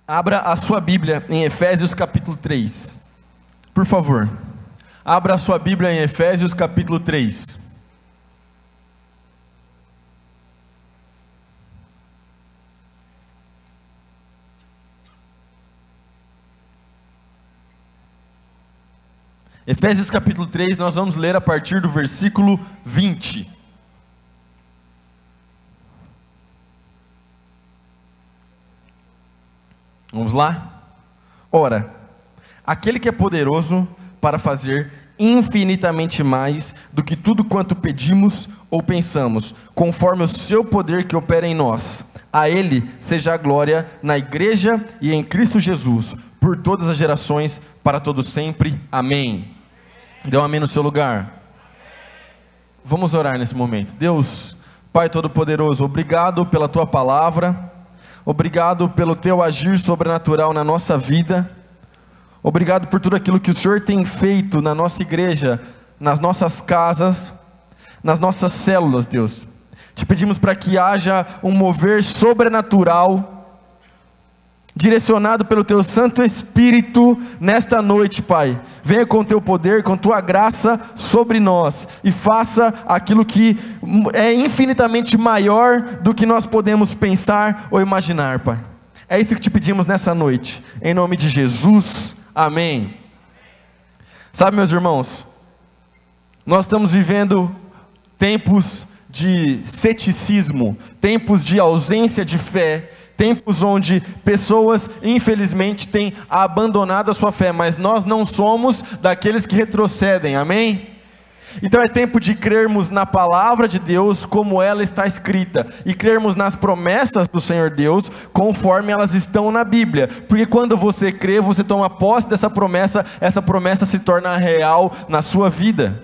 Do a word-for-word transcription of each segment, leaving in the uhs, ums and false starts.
Abra a sua Bíblia em Efésios capítulo três, por favor. Abra a sua Bíblia em Efésios capítulo três. Efésios capítulo três, nós vamos ler a partir do versículo vinte. Vamos lá? Ora, aquele que é poderoso para fazer infinitamente mais do que tudo quanto pedimos ou pensamos, conforme o seu poder que opera em nós. A Ele seja a glória na igreja e em Cristo Jesus, por todas as gerações, para todo sempre. Amém. Dê um amém no seu lugar. Vamos orar nesse momento. Deus, Pai Todo-Poderoso, obrigado pela Tua palavra. Obrigado pelo Teu agir sobrenatural na nossa vida. Obrigado por tudo aquilo que o Senhor tem feito na nossa igreja, nas nossas casas, nas nossas células, Deus. Te pedimos para que haja um mover sobrenatural, direcionado pelo Teu Santo Espírito nesta noite, Pai. Venha com o Teu poder, com Tua graça sobre nós, e faça aquilo que é infinitamente maior do que nós podemos pensar ou imaginar, Pai. É isso que te pedimos nessa noite, em nome de Jesus, amém. Sabe, meus irmãos, nós estamos vivendo tempos de ceticismo, tempos de ausência de fé, tempos onde pessoas, infelizmente, têm abandonado a sua fé, mas nós não somos daqueles que retrocedem, amém? Então é tempo de crermos na palavra de Deus como ela está escrita, e crermos nas promessas do Senhor Deus conforme elas estão na Bíblia, porque quando você crê, você toma posse dessa promessa, essa promessa se torna real na sua vida.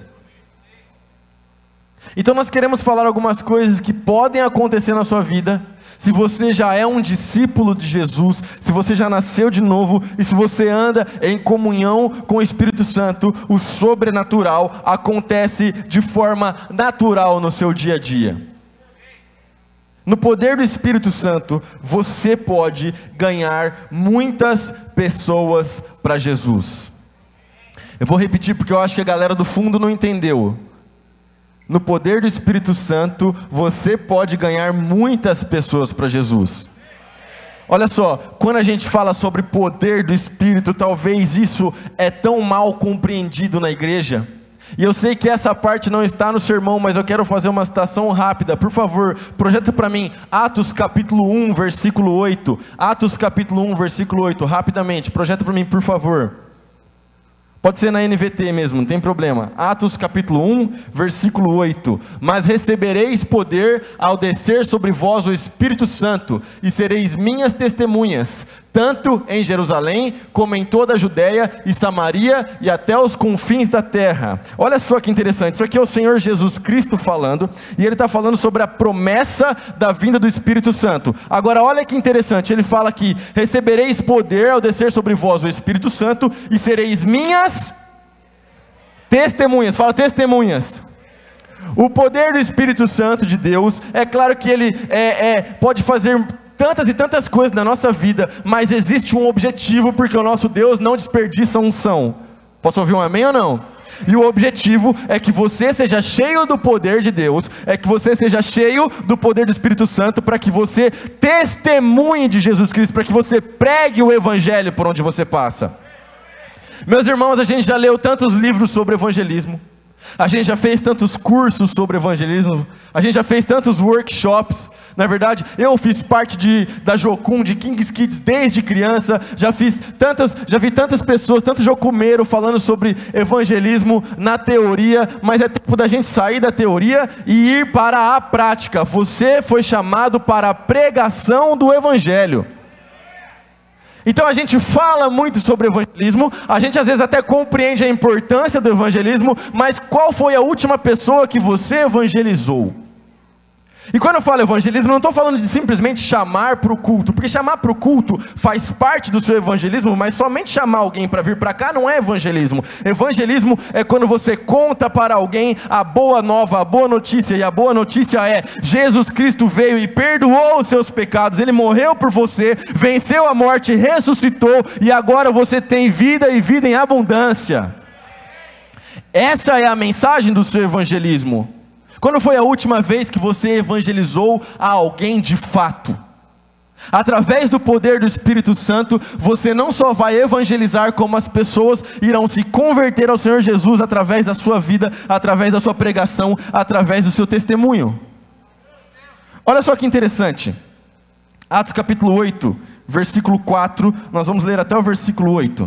Então nós queremos falar algumas coisas que podem acontecer na sua vida, se você já é um discípulo de Jesus, se você já nasceu de novo, e se você anda em comunhão com o Espírito Santo, o sobrenatural acontece de forma natural no seu dia a dia. No poder do Espírito Santo, você pode ganhar muitas pessoas para Jesus. Eu vou repetir porque eu acho que a galera do fundo não entendeu. No poder do Espírito Santo, você pode ganhar muitas pessoas para Jesus. Olha só, quando a gente fala sobre poder do Espírito, talvez isso é tão mal compreendido na igreja. E eu sei que essa parte não está no sermão, mas eu quero fazer uma citação rápida. Por favor, projeta para mim Atos capítulo um, versículo oito. Atos capítulo um, versículo oito, rapidamente, projeta para mim, por favor. Pode ser na N V T mesmo, não tem problema. Atos capítulo um, versículo oito. Mas recebereis poder ao descer sobre vós o Espírito Santo, e sereis minhas testemunhas, tanto em Jerusalém, como em toda a Judéia e Samaria, e até os confins da terra. Olha só que interessante, isso aqui é o Senhor Jesus Cristo falando, e Ele está falando sobre a promessa da vinda do Espírito Santo. Agora olha que interessante, Ele fala aqui: recebereis poder ao descer sobre vós o Espírito Santo, e sereis minhas testemunhas. Fala testemunhas. O poder do Espírito Santo de Deus, é claro que Ele é, é, pode fazer tantas e tantas coisas na nossa vida, mas existe um objetivo, porque o nosso Deus não desperdiça unção. Posso ouvir um amém ou não? E o objetivo é que você seja cheio do poder de Deus, é que você seja cheio do poder do Espírito Santo, para que você testemunhe de Jesus Cristo, para que você pregue o Evangelho por onde você passa. Meus irmãos, a gente já leu tantos livros sobre evangelismo, a gente já fez tantos cursos sobre evangelismo, a gente já fez tantos workshops. Na verdade, eu fiz parte de, da Jocum, de Kings Kids desde criança, já fiz tantas, já vi tantas pessoas, tanto jocumeiro falando sobre evangelismo na teoria, mas é tempo da gente sair da teoria e ir para a prática. Você foi chamado para a pregação do Evangelho. Então a gente fala muito sobre evangelismo, a gente às vezes até compreende a importância do evangelismo, mas qual foi a última pessoa que você evangelizou? E quando eu falo evangelismo, eu não estou falando de simplesmente chamar para o culto, porque chamar para o culto faz parte do seu evangelismo, mas somente chamar alguém para vir para cá não é evangelismo. Evangelismo é quando você conta para alguém a boa nova, a boa notícia, e a boa notícia é: Jesus Cristo veio e perdoou os seus pecados, Ele morreu por você, venceu a morte, ressuscitou, e agora você tem vida e vida em abundância. Essa é a mensagem do seu evangelismo. Quando foi a última vez que você evangelizou a alguém de fato? Através do poder do Espírito Santo, você não só vai evangelizar, como as pessoas irão se converter ao Senhor Jesus através da sua vida, através da sua pregação, através do seu testemunho. Olha só que interessante. Atos capítulo oito, versículo quatro, nós vamos ler até o versículo oito.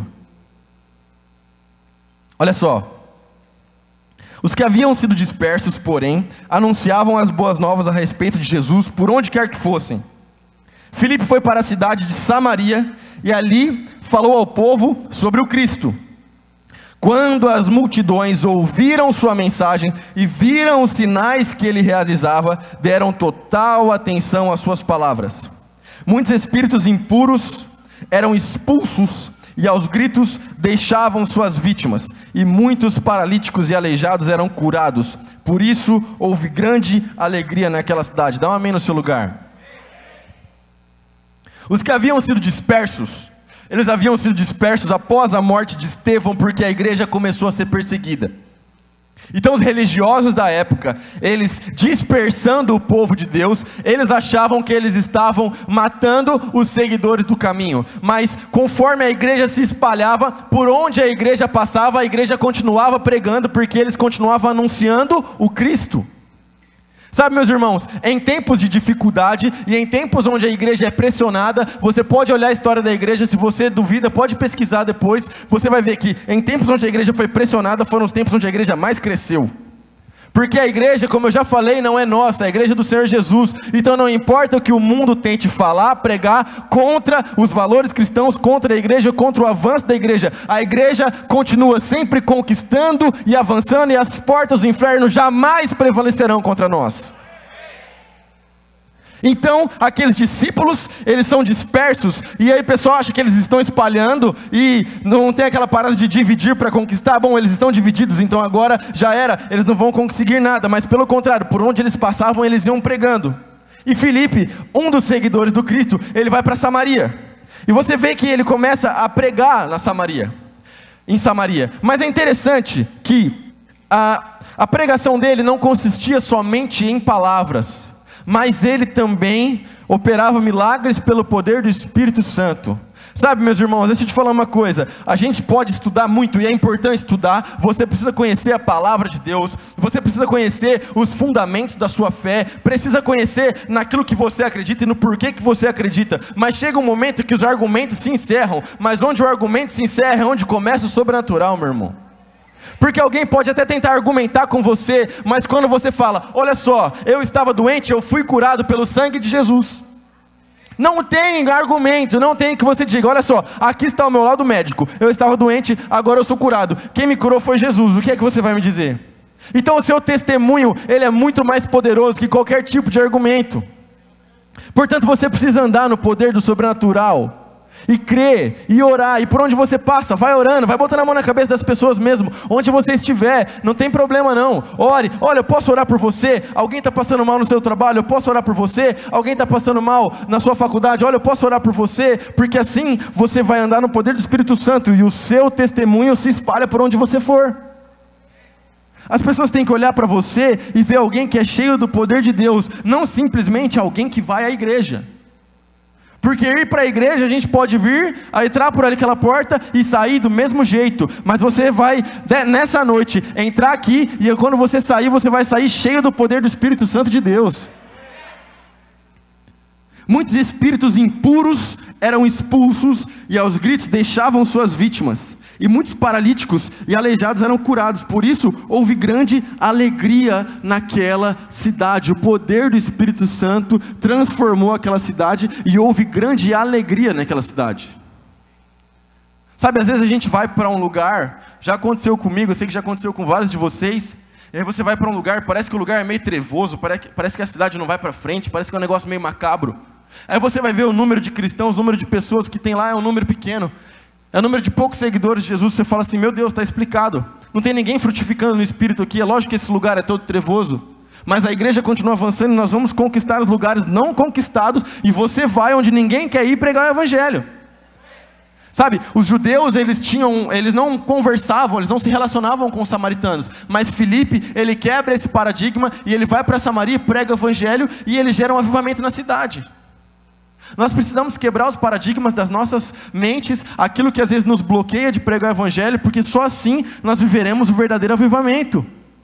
Olha só. Os que haviam sido dispersos, porém, anunciavam as boas novas a respeito de Jesus por onde quer que fossem. Filipe foi para a cidade de Samaria e ali falou ao povo sobre o Cristo. Quando as multidões ouviram sua mensagem e viram os sinais que ele realizava, deram total atenção às suas palavras. Muitos espíritos impuros eram expulsos e aos gritos deixavam suas vítimas, e muitos paralíticos e aleijados eram curados. Por isso houve grande alegria naquela cidade. Dá um amém no seu lugar. Os que haviam sido dispersos, eles haviam sido dispersos após a morte de Estevão, porque a igreja começou a ser perseguida. Então os religiosos da época, eles dispersando o povo de Deus, eles achavam que eles estavam matando os seguidores do caminho. Mas conforme a igreja se espalhava, por onde a igreja passava, a igreja continuava pregando, porque eles continuavam anunciando o Cristo. Sabe, meus irmãos, em tempos de dificuldade e em tempos onde a igreja é pressionada, você pode olhar a história da igreja, se você duvida, pode pesquisar depois, você vai ver que em tempos onde a igreja foi pressionada, foram os tempos onde a igreja mais cresceu. Porque a igreja, como eu já falei, não é nossa, é a igreja do Senhor Jesus. Então não importa o que o mundo tente falar, pregar contra os valores cristãos, contra a igreja, contra o avanço da igreja, a igreja continua sempre conquistando e avançando, e as portas do inferno jamais prevalecerão contra nós. Então, aqueles discípulos, eles são dispersos, e aí o pessoal acha que eles estão espalhando, e não tem aquela parada de dividir para conquistar. Bom, eles estão divididos, então agora já era, eles não vão conseguir nada, mas pelo contrário, por onde eles passavam, eles iam pregando. E Filipe, um dos seguidores do Cristo, ele vai para Samaria, e você vê que ele começa a pregar na Samaria, em Samaria. Mas é interessante que a, a pregação dele não consistia somente em palavras, mas ele também operava milagres pelo poder do Espírito Santo. Sabe, meus irmãos, deixa eu te falar uma coisa, a gente pode estudar muito, e é importante estudar, você precisa conhecer a palavra de Deus, você precisa conhecer os fundamentos da sua fé, precisa conhecer naquilo que você acredita e no porquê que você acredita, mas chega um momento que os argumentos se encerram, mas onde o argumento se encerra é onde começa o sobrenatural, meu irmão. Porque alguém pode até tentar argumentar com você, mas quando você fala, olha só, eu estava doente, eu fui curado pelo sangue de Jesus, não tem argumento, não tem que você diga, olha só, aqui está o meu lado médico, eu estava doente, agora eu sou curado, quem me curou foi Jesus, o que é que você vai me dizer? Então o seu testemunho, ele é muito mais poderoso que qualquer tipo de argumento. Portanto, você precisa andar no poder do sobrenatural, e crer, e orar, e por onde você passa, vai orando, vai botando a mão na cabeça das pessoas mesmo, onde você estiver, não tem problema não, ore, olha, eu posso orar por você, alguém está passando mal no seu trabalho, eu posso orar por você, alguém está passando mal na sua faculdade, olha, eu posso orar por você, porque assim, você vai andar no poder do Espírito Santo, e o seu testemunho se espalha por onde você for. As pessoas têm que olhar para você, e ver alguém que é cheio do poder de Deus, não simplesmente alguém que vai à igreja. Porque ir para a igreja, a gente pode vir, entrar por ali aquela porta e sair do mesmo jeito. Mas você vai, nessa noite, entrar aqui, e quando você sair, você vai sair cheio do poder do Espírito Santo de Deus. Muitos espíritos impuros eram expulsos, e aos gritos deixavam suas vítimas. E muitos paralíticos e aleijados eram curados. Por isso houve grande alegria naquela cidade. O poder do Espírito Santo transformou aquela cidade, e houve grande alegria naquela cidade. Sabe, às vezes a gente vai para um lugar, já aconteceu comigo, eu sei que já aconteceu com vários de vocês, E aí você vai para um lugar, parece que o lugar é meio trevoso, parece que a cidade não vai para frente, parece que é um negócio meio macabro. Aí você vai ver o número de cristãos, o número de pessoas que tem lá é um número pequeno. É o número de poucos seguidores de Jesus. Você fala assim, meu Deus, está explicado. Não tem ninguém frutificando no Espírito aqui. É lógico que esse lugar é todo trevoso. Mas a igreja continua avançando e nós vamos conquistar os lugares não conquistados. E você vai onde ninguém quer ir pregar o Evangelho. Sabe, os judeus, eles tinham, eles não conversavam, eles não se relacionavam com os samaritanos. Mas Filipe, ele quebra esse paradigma e ele vai para Samaria, prega o Evangelho e ele gera um avivamento na cidade. Nós precisamos quebrar os paradigmas das nossas mentes, aquilo que às vezes nos bloqueia de pregar o Evangelho, porque só assim nós viveremos o verdadeiro avivamento.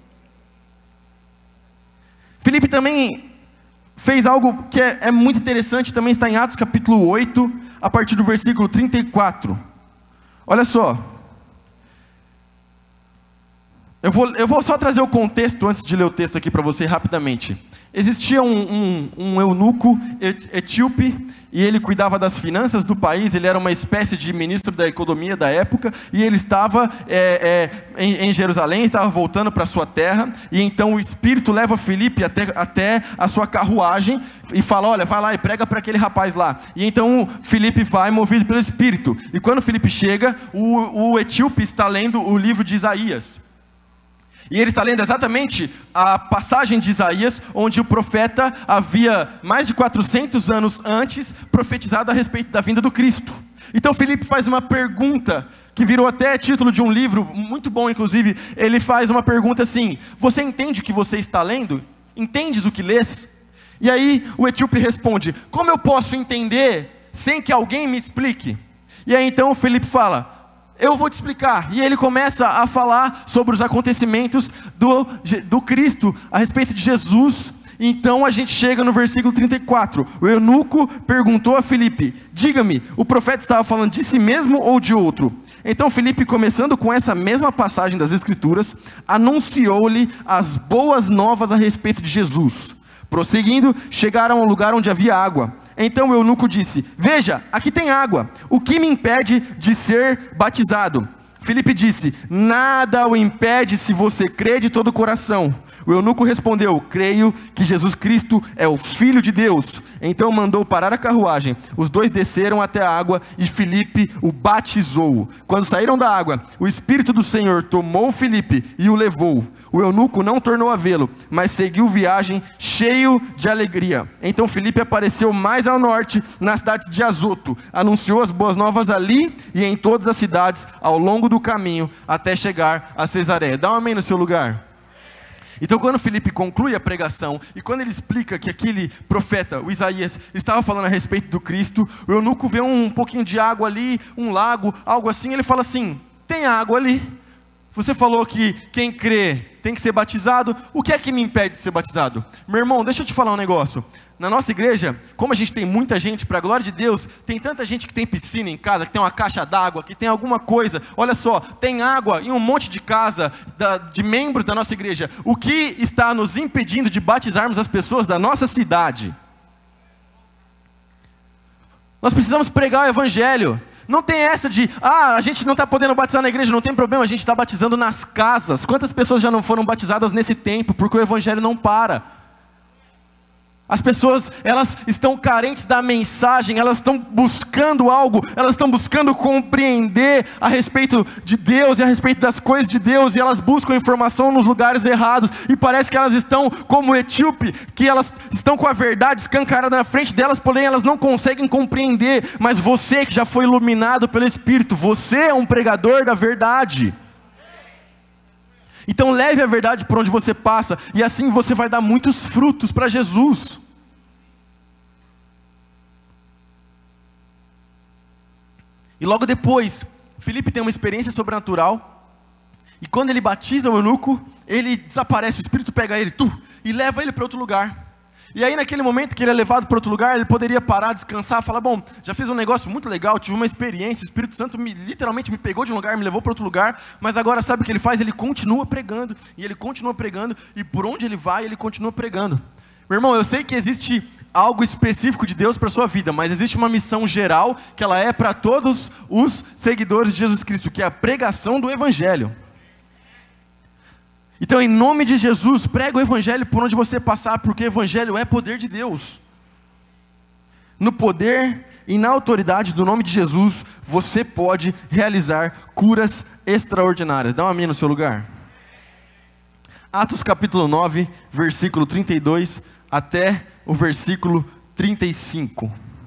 Filipe também fez algo que é, é muito interessante, também está em Atos capítulo oito, a partir do versículo trinta e quatro. Olha só. Eu vou, eu vou só trazer o contexto antes de ler o texto aqui para você rapidamente. Existia um, um, um eunuco etíope, e ele cuidava das finanças do país, ele era uma espécie de ministro da economia da época, e ele estava é, é, em, em Jerusalém, estava voltando para a sua terra, e então o Espírito leva Filipe até, até a sua carruagem, e fala, olha, vai lá e prega para aquele rapaz lá. E então Filipe vai movido pelo Espírito, e quando Filipe chega, o, o etíope está lendo o livro de Isaías. E ele está lendo exatamente a passagem de Isaías, onde o profeta havia mais de quatrocentos anos antes profetizado a respeito da vinda do Cristo. Então Filipe faz uma pergunta, que virou até título de um livro, muito bom inclusive. Ele faz uma pergunta assim, você entende o que você está lendo? Entendes o que lês? E aí o etíope responde, como eu posso entender sem que alguém me explique? E aí então o Filipe fala, eu vou te explicar. E ele começa a falar sobre os acontecimentos do, do Cristo, a respeito de Jesus. Então a gente chega no versículo trinta e quatro. O eunuco perguntou a Filipe, diga-me, o profeta estava falando de si mesmo ou de outro? Então Filipe, começando com essa mesma passagem das Escrituras, anunciou-lhe as boas novas a respeito de Jesus. Prosseguindo, chegaram ao lugar onde havia água. Então o eunuco disse, veja, aqui tem água, o que me impede de ser batizado? Filipe disse, nada o impede se você crê de todo o coração. O eunuco respondeu, creio que Jesus Cristo é o Filho de Deus. Então mandou parar a carruagem, os dois desceram até a água e Filipe o batizou. Quando saíram da água, o Espírito do Senhor tomou Filipe e o levou. O eunuco não tornou a vê-lo, mas seguiu viagem cheio de alegria. Então Filipe apareceu mais ao norte, na cidade de Azoto, anunciou as boas novas ali e em todas as cidades, ao longo do caminho, até chegar a Cesareia. Dá um amém no seu lugar. Então quando Filipe conclui a pregação, e quando ele explica que aquele profeta, o Isaías, estava falando a respeito do Cristo, o eunuco vê um pouquinho de água ali, um lago, algo assim, ele fala assim, tem água ali, você falou que quem crê tem que ser batizado, o que é que me impede de ser batizado? Meu irmão, deixa eu te falar um negócio, na nossa igreja, como a gente tem muita gente, para a glória de Deus, tem tanta gente que tem piscina em casa, que tem uma caixa d'água, que tem alguma coisa, olha só, tem água em um monte de casa, da, de membros da nossa igreja, o que está nos impedindo de batizarmos as pessoas da nossa cidade? Nós precisamos pregar o Evangelho. Não tem essa de, ah, a gente não está podendo batizar na igreja, não tem problema, a gente está batizando nas casas. Quantas pessoas já não foram batizadas nesse tempo, porque o Evangelho não para? As pessoas, elas estão carentes da mensagem, elas estão buscando algo, elas estão buscando compreender a respeito de Deus e a respeito das coisas de Deus, e elas buscam informação nos lugares errados, e parece que elas estão como o etíope, que elas estão com a verdade escancarada na frente delas, porém elas não conseguem compreender. Mas você que já foi iluminado pelo Espírito, você é um pregador da verdade. Então leve a verdade por onde você passa, e assim você vai dar muitos frutos para Jesus. E logo depois, Filipe tem uma experiência sobrenatural, e quando ele batiza o eunuco, ele desaparece, o Espírito pega ele, tu, e leva ele para outro lugar. E aí naquele momento que ele é levado para outro lugar, ele poderia parar, descansar, falar, bom, já fiz um negócio muito legal, tive uma experiência, o Espírito Santo me, literalmente me pegou de um lugar, me levou para outro lugar, mas agora sabe o que ele faz? Ele continua pregando, e ele continua pregando, e por onde ele vai, ele continua pregando. Meu irmão, eu sei que existe algo específico de Deus para a sua vida, mas existe uma missão geral, que ela é para todos os seguidores de Jesus Cristo, que é a pregação do Evangelho. Então, em nome de Jesus, prega o evangelho por onde você passar, porque o evangelho é poder de Deus. No poder e na autoridade do nome de Jesus, você pode realizar curas extraordinárias. Dá um amém no seu lugar. Atos capítulo nove, versículo trinta e dois até o versículo trinta e cinco.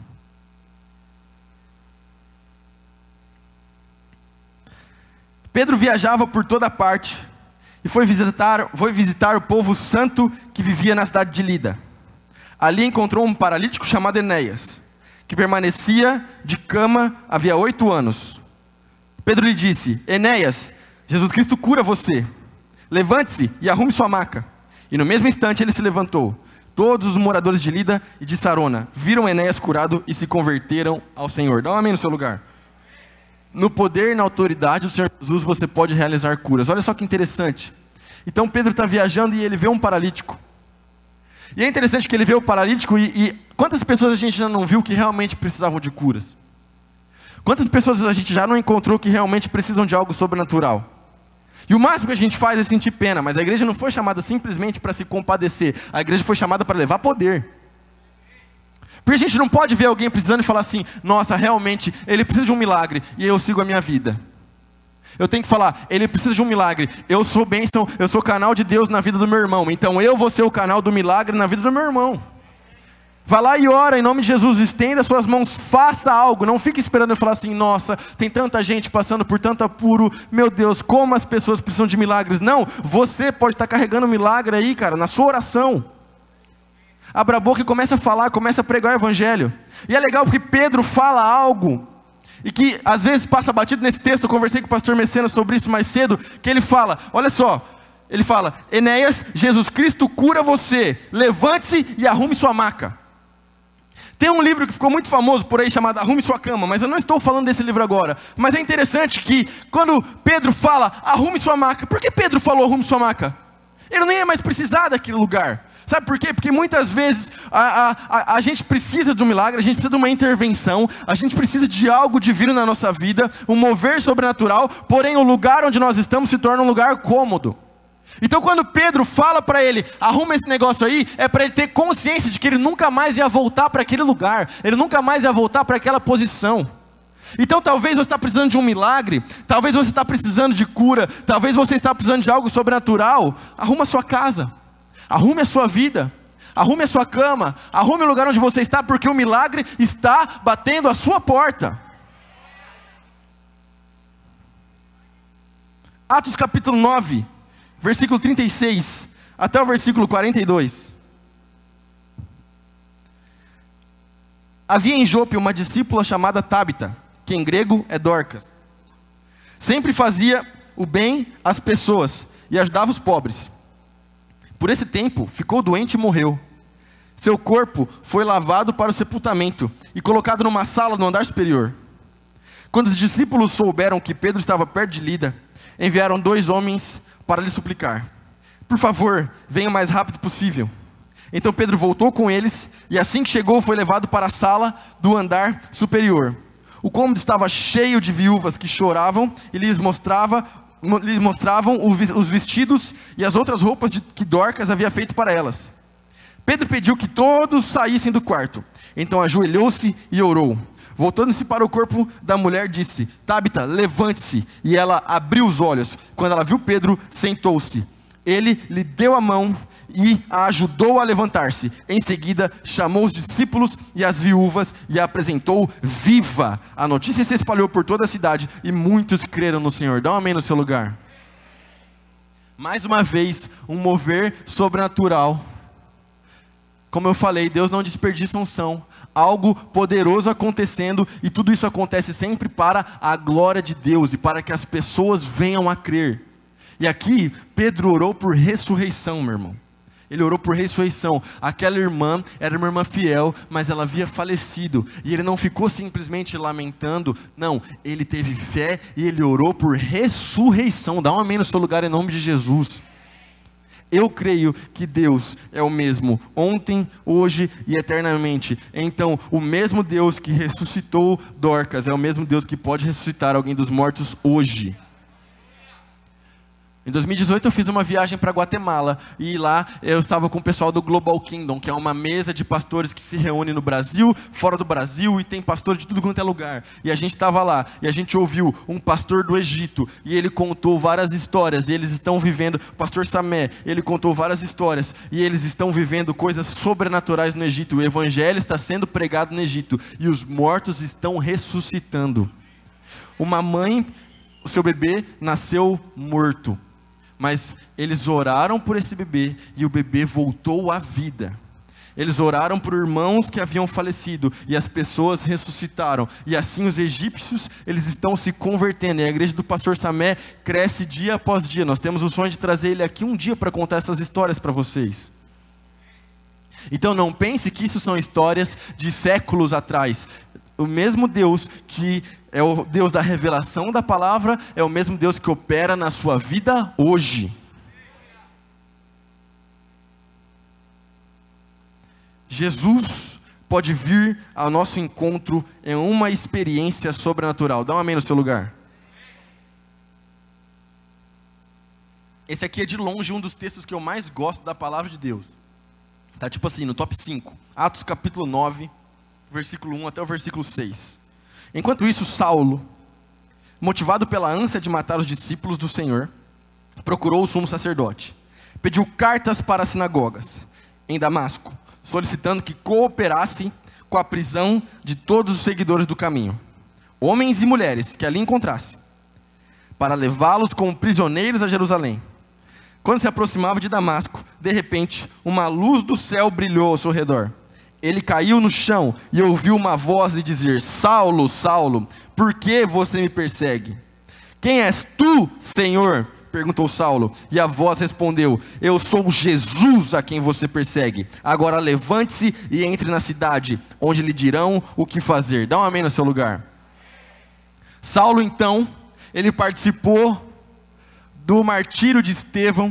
Pedro viajava por toda parte e foi visitar, foi visitar o povo santo que vivia na cidade de Lida. Ali encontrou um paralítico chamado Enéas, que permanecia de cama havia oito anos. Pedro lhe disse: Enéas, Jesus Cristo cura você. Levante-se e arrume sua maca. E no mesmo instante ele se levantou. Todos os moradores de Lida e de Sarona viram Enéas curado e se converteram ao Senhor. Dá um amém no seu lugar. No poder e na autoridade do Senhor Jesus você pode realizar curas. Olha só que interessante. Então Pedro está viajando e ele vê um paralítico. E é interessante que ele vê o paralítico e, e quantas pessoas a gente já não viu que realmente precisavam de curas? Quantas pessoas a gente já não encontrou que realmente precisam de algo sobrenatural? E o máximo que a gente faz é sentir pena, mas a igreja não foi chamada simplesmente para se compadecer, a igreja foi chamada para levar poder. Porque a gente não pode ver alguém precisando e falar assim: nossa, realmente, ele precisa de um milagre, e eu sigo a minha vida. Eu tenho que falar: ele precisa de um milagre, eu sou bênção, eu sou canal de Deus na vida do meu irmão, então eu vou ser o canal do milagre na vida do meu irmão. Vá lá e ora em nome de Jesus, estenda suas mãos, faça algo, não fique esperando eu falar assim: nossa, tem tanta gente passando por tanto apuro, meu Deus, como as pessoas precisam de milagres. Não, você pode estar carregando um milagre aí, cara, na sua oração. Abra a boca e comece a falar, comece a pregar o evangelho. E é legal porque Pedro fala algo, e que às vezes passa batido nesse texto. Eu conversei com o pastor Mecenas sobre isso mais cedo, que ele fala, olha só, ele fala: Enéas, Jesus Cristo cura você, levante-se e arrume sua maca. Tem um livro que ficou muito famoso por aí chamado Arrume Sua Cama, mas eu não estou falando desse livro agora. Mas é interessante que quando Pedro fala arrume sua maca, por que Pedro falou arrume sua maca? Ele nem ia mais precisar daquele lugar. Sabe por quê? Porque muitas vezes a, a, a, a gente precisa de um milagre, a gente precisa de uma intervenção, a gente precisa de algo divino na nossa vida, um mover sobrenatural, porém o lugar onde nós estamos se torna um lugar cômodo. Então quando Pedro fala para ele, arruma esse negócio aí, é para ele ter consciência de que ele nunca mais ia voltar para aquele lugar, ele nunca mais ia voltar para aquela posição. Então talvez você está precisando de um milagre, talvez você está precisando de cura, talvez você está precisando de algo sobrenatural. Arruma a sua casa, arrume a sua vida, arrume a sua cama, arrume o lugar onde você está, porque o milagre está batendo a sua porta. Atos capítulo nove, versículo trinta e seis até o versículo quarenta e dois. Havia em Jope uma discípula chamada Tabita, que em grego é Dorcas. Sempre fazia o bem às pessoas e ajudava os pobres. Por esse tempo ficou doente e morreu. Seu corpo foi lavado para o sepultamento e colocado numa sala no andar superior. Quando os discípulos souberam que Pedro estava perto de Lida, enviaram dois homens para lhe suplicar: por favor, venha o mais rápido possível. Então Pedro voltou com eles, e assim que chegou foi levado para a sala do andar superior. O cômodo estava cheio de viúvas que choravam e lhes, mostrava, lhes mostravam os vestidos e as outras roupas de, que Dorcas havia feito para elas. Pedro pediu que todos saíssem do quarto. Então ajoelhou-se e orou. Voltando-se para o corpo da mulher, disse: Tabita, levante-se. E ela abriu os olhos. Quando ela viu Pedro, sentou-se. Ele lhe deu a mão e a ajudou a levantar-se. Em seguida, chamou os discípulos e as viúvas e a apresentou viva. A notícia se espalhou por toda a cidade e muitos creram no Senhor. Dá um amém no seu lugar. Mais uma vez, um mover sobrenatural. Como eu falei, Deus não desperdiça unção. Algo poderoso acontecendo, e tudo isso acontece sempre para a glória de Deus e para que as pessoas venham a crer. E aqui Pedro orou por ressurreição, meu irmão. Ele orou por ressurreição. Aquela irmã era uma irmã fiel, mas ela havia falecido, e ele não ficou simplesmente lamentando. Não, ele teve fé e ele orou por ressurreição. Dá um amém no seu lugar em nome de Jesus. Eu creio que Deus é o mesmo ontem, hoje e eternamente. Então, o mesmo Deus que ressuscitou Dorcas é o mesmo Deus que pode ressuscitar alguém dos mortos hoje. Em dois mil e dezoito eu fiz uma viagem para Guatemala, e lá eu estava com o pessoal do Global Kingdom, que é uma mesa de pastores que se reúne no Brasil, fora do Brasil, e tem pastores de tudo quanto é lugar. E a gente estava lá, e a gente ouviu um pastor do Egito, e ele contou várias histórias, e eles estão vivendo, o pastor Samé, ele contou várias histórias, e eles estão vivendo coisas sobrenaturais no Egito. O evangelho está sendo pregado no Egito, e os mortos estão ressuscitando. Uma mãe, o seu bebê nasceu morto, mas eles oraram por esse bebê e o bebê voltou à vida. Eles oraram por irmãos que haviam falecido e as pessoas ressuscitaram. E assim os egípcios, eles estão se convertendo. E a igreja do pastor Samé cresce dia após dia. Nós temos o sonho de trazer ele aqui um dia para contar essas histórias para vocês. Então não pense que isso são histórias de séculos atrás. O mesmo Deus que é o Deus da revelação da palavra, é o mesmo Deus que opera na sua vida hoje. Jesus pode vir ao nosso encontro em uma experiência sobrenatural. Dá um amém no seu lugar. Esse aqui é de longe um dos textos que eu mais gosto da palavra de Deus. Está tipo assim, no top cinco. Atos capítulo nove, versículo um até o versículo seis. Enquanto isso, Saulo, motivado pela ânsia de matar os discípulos do Senhor, procurou o sumo sacerdote. Pediu cartas para as sinagogas em Damasco, solicitando que cooperassem com a prisão de todos os seguidores do caminho, homens e mulheres que ali encontrasse, para levá-los como prisioneiros a Jerusalém. Quando se aproximava de Damasco, de repente, uma luz do céu brilhou ao seu redor. Ele caiu no chão e ouviu uma voz lhe dizer: Saulo, Saulo, por que você me persegue? Quem és tu, Senhor? Perguntou Saulo. E a voz respondeu: eu sou Jesus a quem você persegue. Agora levante-se e entre na cidade, onde lhe dirão o que fazer. Dá um amém no seu lugar. Saulo então, ele participou do martírio de Estevão,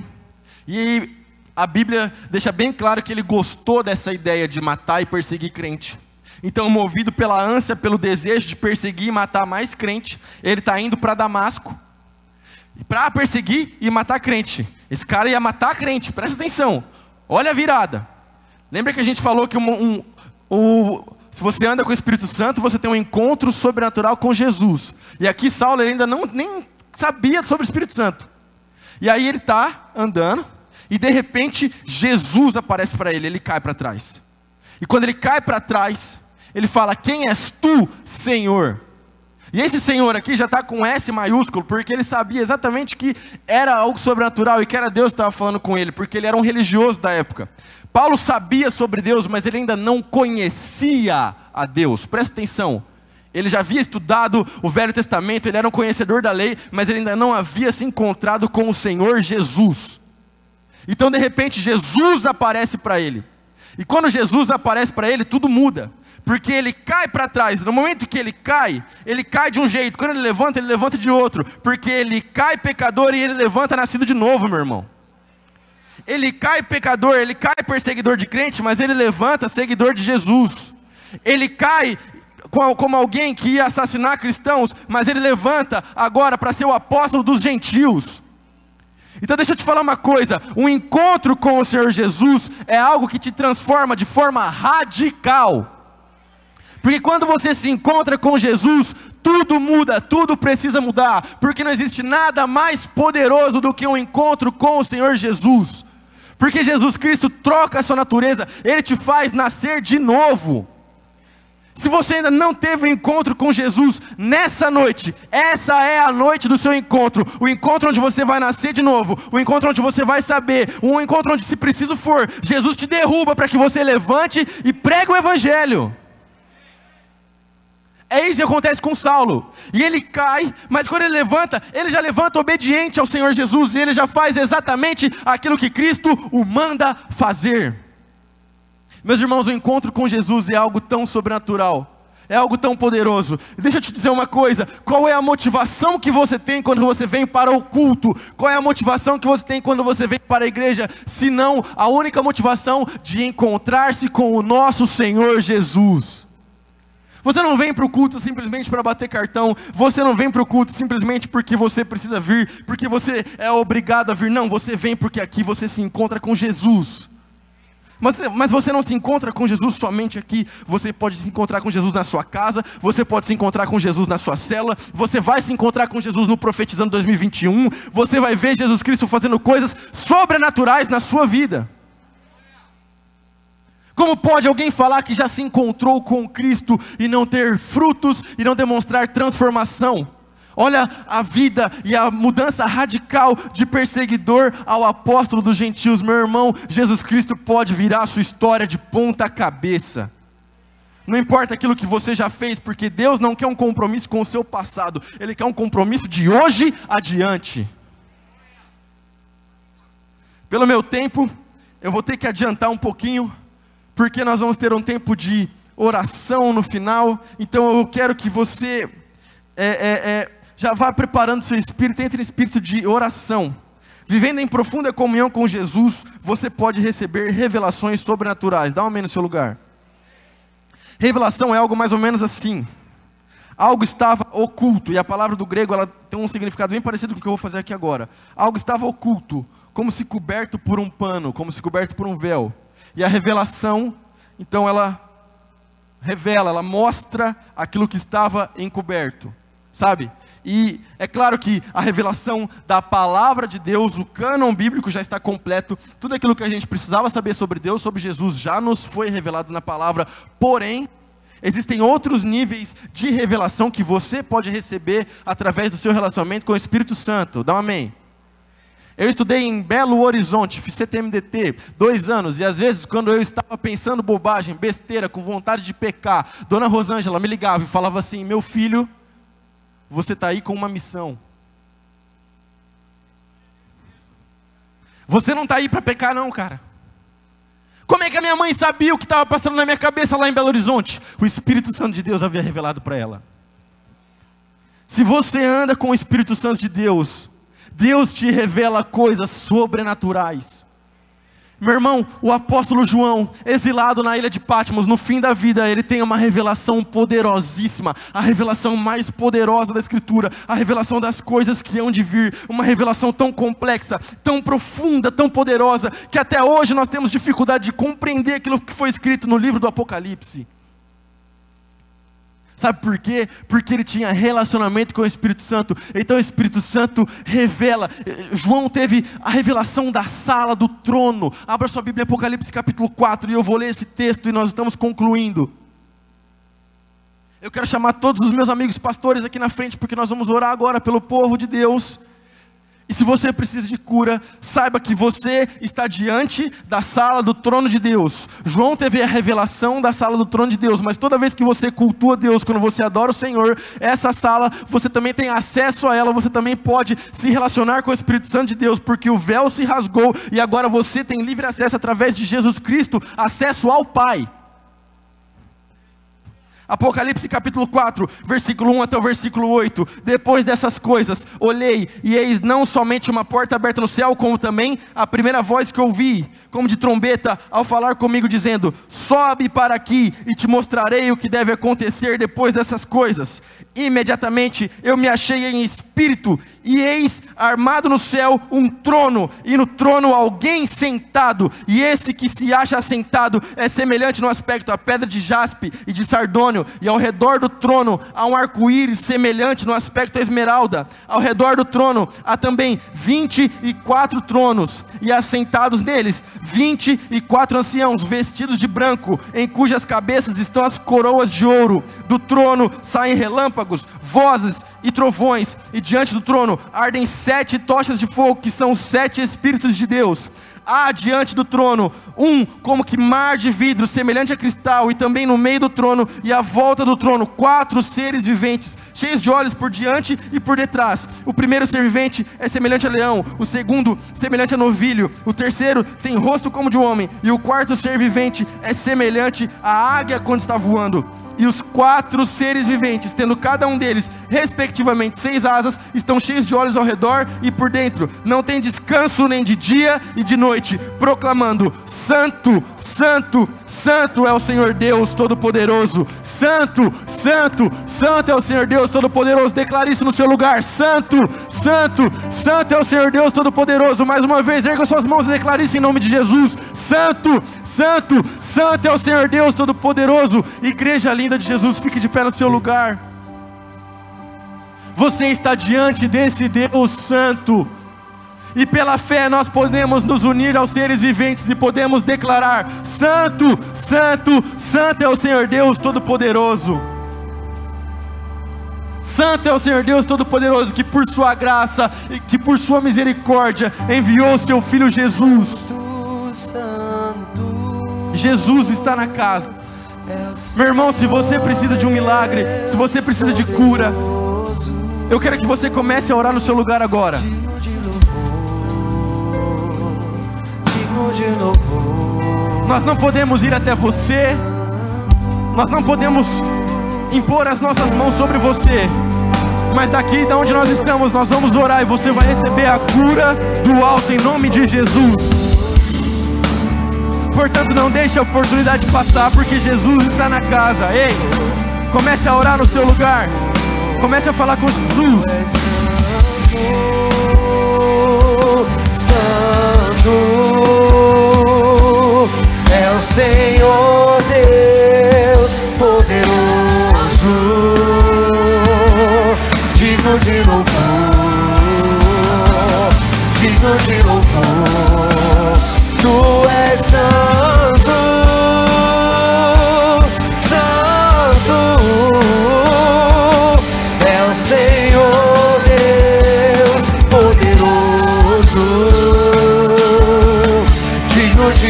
e a Bíblia deixa bem claro que ele gostou dessa ideia de matar e perseguir crente. Então, movido pela ânsia, pelo desejo de perseguir e matar mais crente, ele está indo para Damasco, para perseguir e matar crente. Esse cara ia matar crente, presta atenção, olha a virada. Lembra que a gente falou que um, um, um, se você anda com o Espírito Santo, você tem um encontro sobrenatural com Jesus. E aqui Saulo ele ainda não, nem sabia sobre o Espírito Santo. E aí ele está andando, e de repente Jesus aparece para ele, ele cai para trás. E quando ele cai para trás, ele fala: quem és tu, Senhor? E esse Senhor aqui já está com S maiúsculo, porque ele sabia exatamente que era algo sobrenatural e que era Deus que estava falando com ele, porque ele era um religioso da época. Paulo sabia sobre Deus, mas ele ainda não conhecia a Deus. Presta atenção. Ele já havia estudado o Velho Testamento, ele era um conhecedor da lei, mas ele ainda não havia se encontrado com o Senhor Jesus. Então de repente Jesus aparece para ele. E quando Jesus aparece para ele, tudo muda. Porque ele cai para trás. No momento que ele cai, ele cai de um jeito. Quando ele levanta, ele levanta de outro. Porque ele cai pecador e ele levanta nascido de novo, meu irmão. Ele cai pecador, ele cai perseguidor de crente, mas ele levanta seguidor de Jesus. Ele cai como alguém que ia assassinar cristãos, mas ele levanta agora para ser o apóstolo dos gentios. Então deixa eu te falar uma coisa, um encontro com o Senhor Jesus é algo que te transforma de forma radical. Porque quando você se encontra com Jesus, tudo muda, tudo precisa mudar, porque não existe nada mais poderoso do que um encontro com o Senhor Jesus. Porque Jesus Cristo troca a sua natureza, Ele te faz nascer de novo. Se você ainda não teve um encontro com Jesus, nessa noite, essa é a noite do seu encontro, o encontro onde você vai nascer de novo, o encontro onde você vai saber, um encontro onde, se preciso for, Jesus te derruba para que você levante e pregue o Evangelho. É isso que acontece com Saulo, e ele cai, mas quando ele levanta, ele já levanta obediente ao Senhor Jesus, e ele já faz exatamente aquilo que Cristo o manda fazer. Meus irmãos, o encontro com Jesus é algo tão sobrenatural, é algo tão poderoso. Deixa eu te dizer uma coisa, qual é a motivação que você tem quando você vem para o culto? Qual é a motivação que você tem quando você vem para a igreja? Se não, a única motivação de encontrar-se com o nosso Senhor Jesus. Você não vem para o culto simplesmente para bater cartão. Você não vem para o culto simplesmente porque você precisa vir, porque você é obrigado a vir. Não, você vem porque aqui você se encontra com Jesus. Mas, mas você não se encontra com Jesus somente aqui. Você pode se encontrar com Jesus na sua casa. Você pode se encontrar com Jesus na sua célula. Você vai se encontrar com Jesus no Profetizando dois mil e vinte e um. Você vai ver Jesus Cristo fazendo coisas sobrenaturais na sua vida. Como pode alguém falar que já se encontrou com Cristo e não ter frutos e não demonstrar transformação? Olha a vida e a mudança radical de perseguidor ao apóstolo dos gentios. Meu irmão, Jesus Cristo pode virar a sua história de ponta cabeça. Não importa aquilo que você já fez, porque Deus não quer um compromisso com o seu passado. Ele quer um compromisso de hoje adiante. Pelo meu tempo, eu vou ter que adiantar um pouquinho, porque nós vamos ter um tempo de oração no final. Então eu quero que você é, é, é, já vá preparando seu espírito, entre em espírito de oração. Vivendo em profunda comunhão com Jesus, você pode receber revelações sobrenaturais. Dá um amém no seu lugar. Revelação é algo mais ou menos assim. Algo estava oculto, e a palavra do grego ela tem um significado bem parecido com o que eu vou fazer aqui agora. Algo estava oculto, como se coberto por um pano, como se coberto por um véu. E a revelação, então ela revela, ela mostra aquilo que estava encoberto, sabe? E é claro que a revelação da palavra de Deus, o cânon bíblico já está completo. Tudo aquilo que a gente precisava saber sobre Deus, sobre Jesus, já nos foi revelado na palavra. Porém, existem outros níveis de revelação que você pode receber através do seu relacionamento com o Espírito Santo. Dá um amém. Eu estudei em Belo Horizonte, fiz C T M D T, dois anos, e às vezes quando eu estava pensando bobagem, besteira, com vontade de pecar, Dona Rosângela me ligava e falava assim: meu filho, você está aí com uma missão. Você não está aí para pecar não, cara. Como é que a minha mãe sabia o que estava passando na minha cabeça lá em Belo Horizonte? O Espírito Santo de Deus havia revelado para ela. Se você anda com o Espírito Santo de Deus, Deus te revela coisas sobrenaturais. Meu irmão, o apóstolo João, exilado na ilha de Patmos, no fim da vida, ele tem uma revelação poderosíssima, a revelação mais poderosa da Escritura, a revelação das coisas que hão de vir, uma revelação tão complexa, tão profunda, tão poderosa, que até hoje nós temos dificuldade de compreender aquilo que foi escrito no livro do Apocalipse. Sabe por quê? Porque ele tinha relacionamento com o Espírito Santo. Então o Espírito Santo revela. João teve a revelação da sala do trono. Abra sua Bíblia em Apocalipse capítulo quatro, e eu vou ler esse texto e nós estamos concluindo. Eu quero chamar todos os meus amigos pastores aqui na frente, porque nós vamos orar agora pelo povo de Deus. E se você precisa de cura, saiba que você está diante da sala do trono de Deus. João teve a revelação da sala do trono de Deus, mas toda vez que você cultua Deus, quando você adora o Senhor, essa sala, você também tem acesso a ela, você também pode se relacionar com o Espírito Santo de Deus, porque o véu se rasgou e agora você tem livre acesso através de Jesus Cristo, acesso ao Pai. Apocalipse capítulo quatro, versículo um até o versículo oito. Depois dessas coisas, olhei, e eis não somente uma porta aberta no céu, como também a primeira voz que ouvi, como de trombeta, ao falar comigo, dizendo: sobe para aqui, e te mostrarei o que deve acontecer depois dessas coisas. Imediatamente eu me achei em espírito, e eis armado no céu um trono, e no trono alguém sentado, e esse que se acha assentado é semelhante no aspecto a pedra de jaspe e de sardônio, e ao redor do trono há um arco-íris semelhante no aspecto a esmeralda. Ao redor do trono há também vinte e quatro tronos, e assentados neles vinte e quatro anciãos vestidos de branco, em cujas cabeças estão as coroas de ouro. Do trono saem relâmpagos, vozes e trovões, e diante do trono ardem sete tochas de fogo, que são os sete Espíritos de Deus. Há diante do trono um como que mar de vidro, semelhante a cristal, e também no meio do trono e à volta do trono quatro seres viventes, cheios de olhos por diante e por detrás. O primeiro ser vivente é semelhante a leão, o segundo semelhante a novilho, o terceiro tem rosto como de homem, e o quarto ser vivente é semelhante à águia quando está voando. E os quatro seres viventes, tendo cada um deles, respectivamente, seis asas, estão cheios de olhos ao redor e por dentro. Não tem descanso nem de dia e de noite, proclamando: Santo, Santo, Santo é o Senhor Deus Todo-Poderoso. Santo, Santo, Santo é o Senhor Deus Todo-Poderoso. Declare isso no seu lugar: Santo, Santo, Santo é o Senhor Deus Todo-Poderoso. Mais uma vez, erga suas mãos e declare isso em nome de Jesus: Santo, Santo, Santo é o Senhor Deus Todo-Poderoso. Igreja linda de Jesus, fique de pé no seu lugar. Você está diante desse Deus Santo, e pela fé nós podemos nos unir aos seres viventes e podemos declarar: Santo, Santo, Santo é o Senhor Deus Todo-Poderoso. Santo é o Senhor Deus Todo-Poderoso, que por sua graça, que por sua misericórdia enviou o seu Filho Jesus. Jesus está na casa. Meu irmão, se você precisa de um milagre, se você precisa de cura, eu quero que você comece a orar no seu lugar agora. Nós não podemos ir até você, nós não podemos impor as nossas mãos sobre você, mas daqui de onde nós estamos, nós vamos orar e você vai receber a cura do alto em nome de Jesus. Portanto, não deixe a oportunidade passar, porque Jesus está na casa. Ei, comece a orar no seu lugar. Comece a falar com Jesus. Santo é o Senhor Deus poderoso, digno de louvor, digno de louvor. Tu és santo, santo é o Senhor Deus poderoso, digno de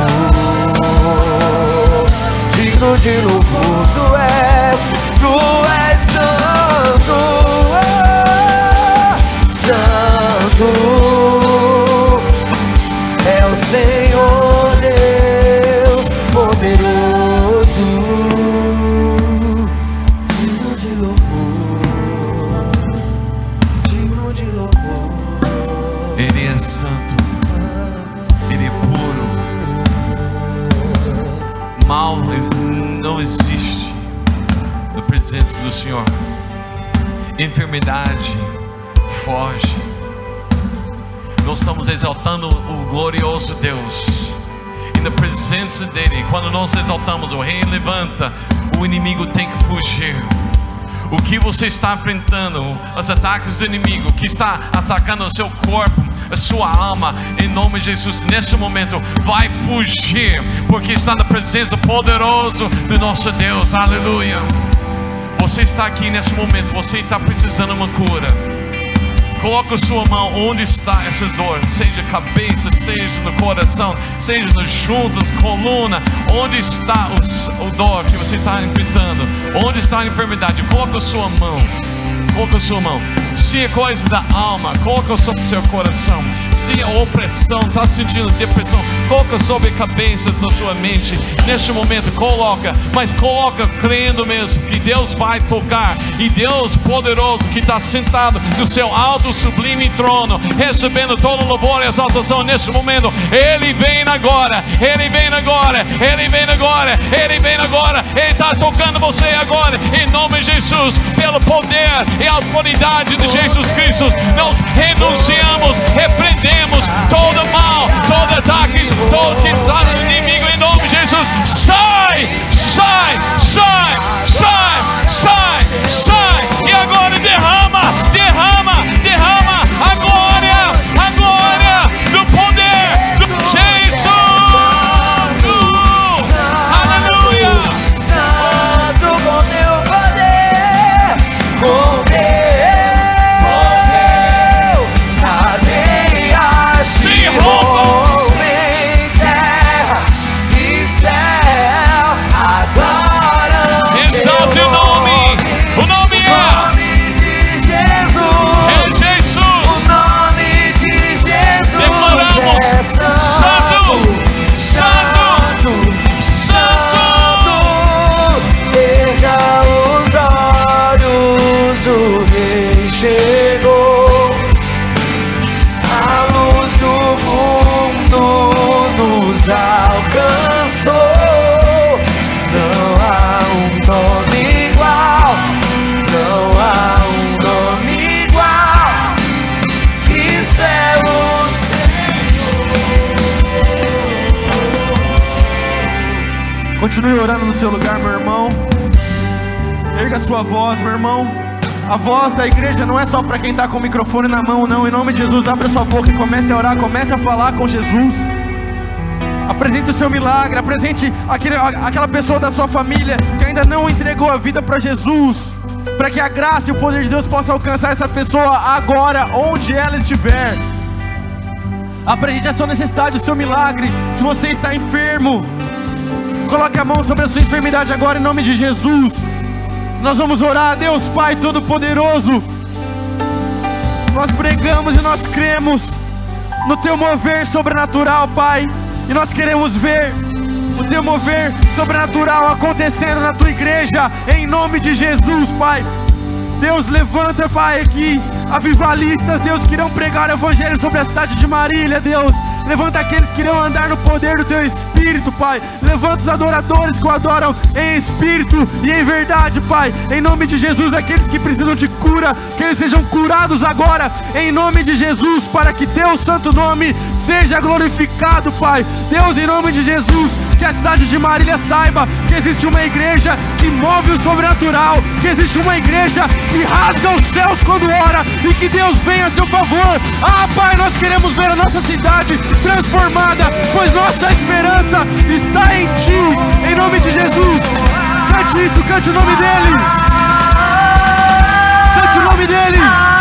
louvor, digno de louvor. Tu és, tu és santo, santo é o Senhor Deus poderoso, digno de louvor, digno de louvor. Ele é santo, Ele é puro. Mal não existe na presença do Senhor. Enfermidade foge. Nós estamos exaltando o glorioso Deus, e na presença dele, quando nós exaltamos, o rei levanta, o inimigo tem que fugir. O que você está enfrentando, os ataques do inimigo que está atacando o seu corpo, a sua alma, em nome de Jesus, neste momento vai fugir, porque está na presença poderosa do nosso Deus. Aleluia. Você está aqui neste momento, você está precisando de uma cura. Coloca a sua mão onde está essa dor, seja cabeça, seja no coração, seja nas juntas, coluna. Onde está o, o dor que você está enfrentando? Onde está a enfermidade? Coloca a sua mão. Coloca a sua mão. Se é coisa da alma, coloca sobre o seu coração. Se a opressão, está sentindo depressão, coloca sobre a cabeça da sua mente. Neste momento, coloca, mas coloca crendo mesmo que Deus vai tocar. E Deus poderoso que está sentado no seu alto sublime trono, recebendo todo o louvor e exaltação neste momento. Ele vem agora, Ele vem agora, Ele vem agora, Ele vem agora. Ele está tocando você agora, em nome de Jesus, pelo poder e autoridade de Jesus Cristo. Nós renunciamos, repreendemos todo mal, todo ataque, todo que está no inimigo, em nome de Jesus. Sai, sai, sai, sai, sai, sai. E agora derrama, derrama, derrama a glória, a glória do poder do Jesus. Aleluia. Santo com teu poder, com teu poder, cadeias se rompem, terra Continue orando no seu lugar, meu irmão. Erga a sua voz, meu irmão. A voz da igreja não é só para quem está com o microfone na mão, não. Em nome de Jesus, abra sua boca e comece a orar, comece a falar com Jesus. Apresente o seu milagre, apresente aquele, aquela pessoa da sua família que ainda não entregou a vida para Jesus, para que a graça e o poder de Deus possa alcançar essa pessoa agora, onde ela estiver. Apresente a sua necessidade, o seu milagre. Se você está enfermo, coloque a mão sobre a sua enfermidade agora, em nome de Jesus. Nós vamos orar. Deus Pai Todo-Poderoso, nós pregamos e nós cremos no Teu mover sobrenatural, Pai. E nós queremos ver o Teu mover sobrenatural acontecendo na Tua igreja, em nome de Jesus, Pai. Deus, levanta, Pai, aqui avivalistas, Deus, que irão pregar o Evangelho sobre a cidade de Marília, Deus. Levanta aqueles que irão andar no poder do Teu Espírito, Pai. Levanta os adoradores que o adoram em espírito e em verdade, Pai. Em nome de Jesus, aqueles que precisam de cura, que eles sejam curados agora, em nome de Jesus, para que Teu santo nome seja glorificado, Pai. Deus, em nome de Jesus, que a cidade de Marília saiba que existe uma igreja que move o sobrenatural, que existe uma igreja que rasga os céus quando ora, e que Deus venha a seu favor. Ah, Pai, nós queremos ver a nossa cidade transformada, pois nossa esperança está em Ti, em nome de Jesus. Cante isso, cante o nome dEle, cante o nome dEle.